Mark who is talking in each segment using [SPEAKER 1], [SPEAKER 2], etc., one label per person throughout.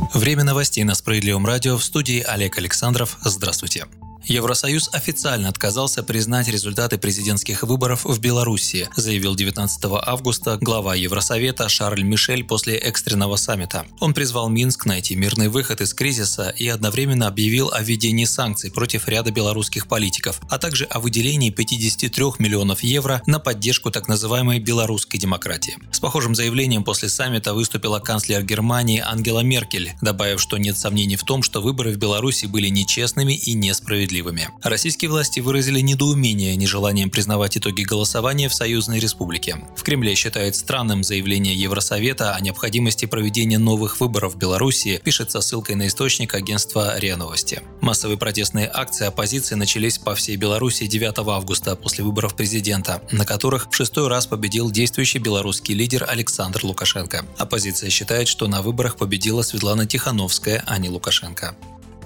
[SPEAKER 1] Время новостей на Справедливом радио, в студии Олег Александров. Здравствуйте. Евросоюз официально отказался признать результаты президентских выборов в Беларуси, заявил 19 августа глава Евросовета Шарль Мишель после экстренного саммита. Он призвал Минск найти мирный выход из кризиса и одновременно объявил о введении санкций против ряда белорусских политиков, а также о выделении 53 миллионов евро на поддержку так называемой белорусской демократии. С похожим заявлением после саммита выступила канцлер Германии Ангела Меркель, добавив, что нет сомнений в том, что выборы в Беларуси были нечестными и несправедливыми. Российские власти выразили недоумение нежеланием признавать итоги голосования в Союзной Республике. В Кремле считают странным заявление Евросовета о необходимости проведения новых выборов в Беларуси, пишет со ссылкой на источник агентства РИА Новости. Массовые протестные акции оппозиции начались по всей Беларуси 9 августа после выборов президента, на которых в 6-й раз победил действующий белорусский лидер Александр Лукашенко. Оппозиция считает, что на выборах победила Светлана Тихановская, а не Лукашенко.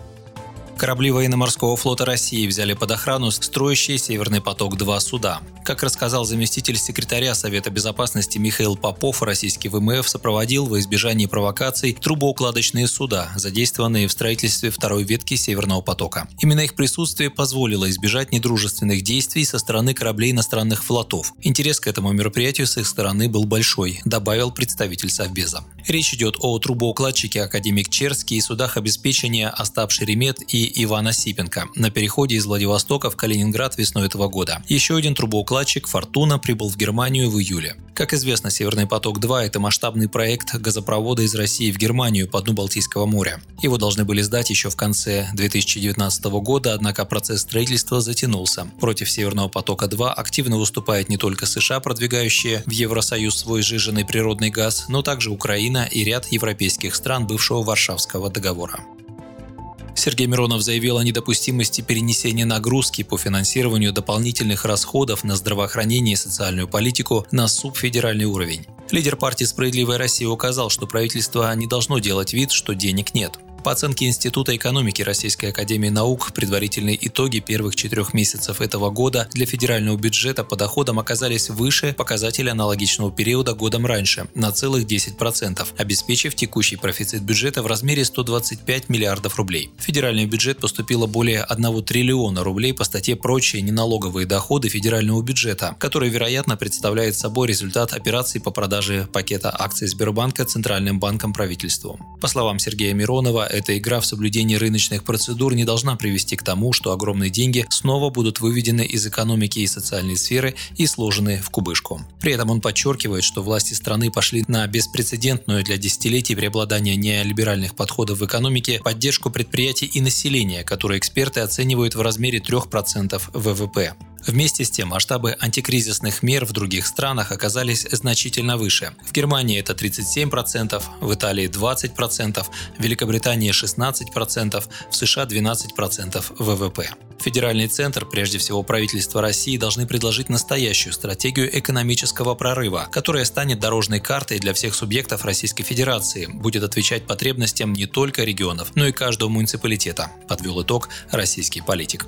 [SPEAKER 1] Корабли военно-морского флота России взяли под охрану строящие «Северный поток-2» суда. Как рассказал заместитель секретаря Совета безопасности Михаил Попов, российский ВМФ сопроводил во избежание провокаций трубоукладочные суда, задействованные в строительстве второй ветки «Северного потока». Именно их присутствие позволило избежать недружественных действий со стороны кораблей иностранных флотов. Интерес к этому мероприятию с их стороны был большой, добавил представитель Совбеза. Речь идет о трубоукладчике «Академик Черский» и судах обеспечения «Остап Шеремет» и Ивана Сипенко на переходе из Владивостока в Калининград весной этого года. Еще один трубоукладчик «Фортуна» прибыл в Германию в июле. Как известно, «Северный поток-2» – это масштабный проект газопровода из России в Германию по дну Балтийского моря. Его должны были сдать еще в конце 2019 года, однако процесс строительства затянулся. Против «Северного потока-2» активно выступает не только США, продвигающие в Евросоюз свой сжиженный природный газ, но также Украина и ряд европейских стран бывшего Варшавского договора. Сергей Миронов заявил о недопустимости перенесения нагрузки по финансированию дополнительных расходов на здравоохранение и социальную политику на субфедеральный уровень. Лидер партии «Справедливая Россия» указал, что правительство не должно делать вид, что денег нет. По оценке Института экономики Российской академии наук, предварительные итоги первых 4 месяцев этого года для федерального бюджета по доходам оказались выше показателя аналогичного периода годом раньше на целых 10%, обеспечив текущий профицит бюджета в размере 125 миллиардов рублей. В федеральный бюджет поступило более 1 триллиона рублей по статье «Прочие неналоговые доходы федерального бюджета», который, вероятно, представляет собой результат операций по продаже пакета акций Сбербанка Центральным банком правительству. По словам Сергея Миронова, эта игра в соблюдении рыночных процедур не должна привести к тому, что огромные деньги снова будут выведены из экономики и социальной сферы и сложены в кубышку. При этом он подчеркивает, что власти страны пошли на беспрецедентную для десятилетий преобладания неолиберальных подходов в экономике поддержку предприятий и населения, которые эксперты оценивают в размере 3% ВВП. Вместе с тем, масштабы антикризисных мер в других странах оказались значительно выше. В Германии это 37%, в Италии 20%, в Великобритании 16%, в США 12% ВВП. Федеральный центр, прежде всего правительство России, должны предложить настоящую стратегию экономического прорыва, которая станет дорожной картой для всех субъектов Российской Федерации, будет отвечать потребностям не только регионов, но и каждого муниципалитета, подвел итог российский политик.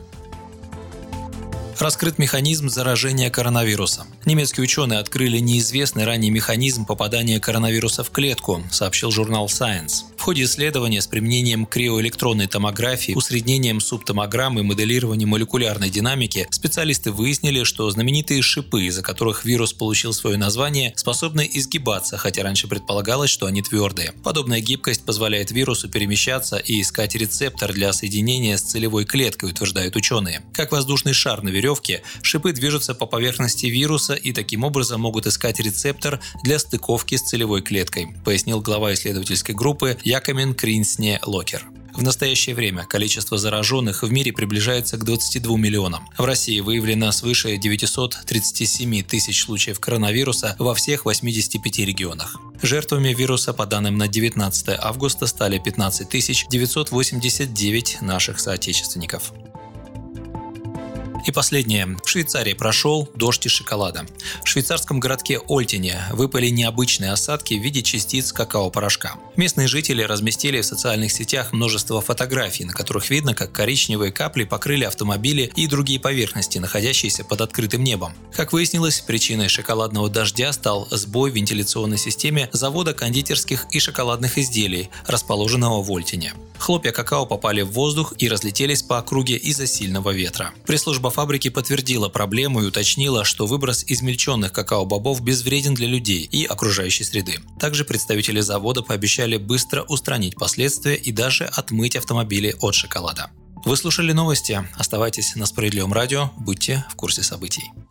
[SPEAKER 1] Раскрыт механизм заражения коронавирусом. Немецкие ученые открыли неизвестный ранее механизм попадания коронавируса в клетку, сообщил журнал Science. В ходе исследования с применением криоэлектронной томографии, усреднением субтомограммы и моделированием молекулярной динамики специалисты выяснили, что знаменитые шипы, из-за которых вирус получил свое название, способны изгибаться, хотя раньше предполагалось, что они твердые. Подобная гибкость позволяет вирусу перемещаться и искать рецептор для соединения с целевой клеткой, утверждают ученые. Как воздушный шар на веревке, шипы движутся по поверхности вируса и таким образом могут искать рецептор для стыковки с целевой клеткой, пояснил глава исследовательской группы Якомин Кринсне Локер. В настоящее время количество зараженных в мире приближается к 22 миллионам. В России выявлено свыше 937 тысяч случаев коронавируса во всех 85 регионах. Жертвами вируса, по данным на 19 августа, стали 15 989 наших соотечественников. И последнее. В Швейцарии прошел дождь из шоколада. В швейцарском городке Ольтине выпали необычные осадки в виде частиц какао-порошка. Местные жители разместили в социальных сетях множество фотографий, на которых видно, как коричневые капли покрыли автомобили и другие поверхности, находящиеся под открытым небом. Как выяснилось, причиной шоколадного дождя стал сбой в вентиляционной системе завода кондитерских и шоколадных изделий, расположенного в Ольтине. Хлопья какао попали в воздух и разлетелись по округе из-за сильного ветра. Пресс-служба фабрики подтвердила проблему и уточнила, что выброс измельченных какао-бобов безвреден для людей и окружающей среды. Также представители завода пообещали быстро устранить последствия и даже отмыть автомобили от шоколада. Вы слушали новости. Оставайтесь на Справедливом радио, будьте в курсе событий.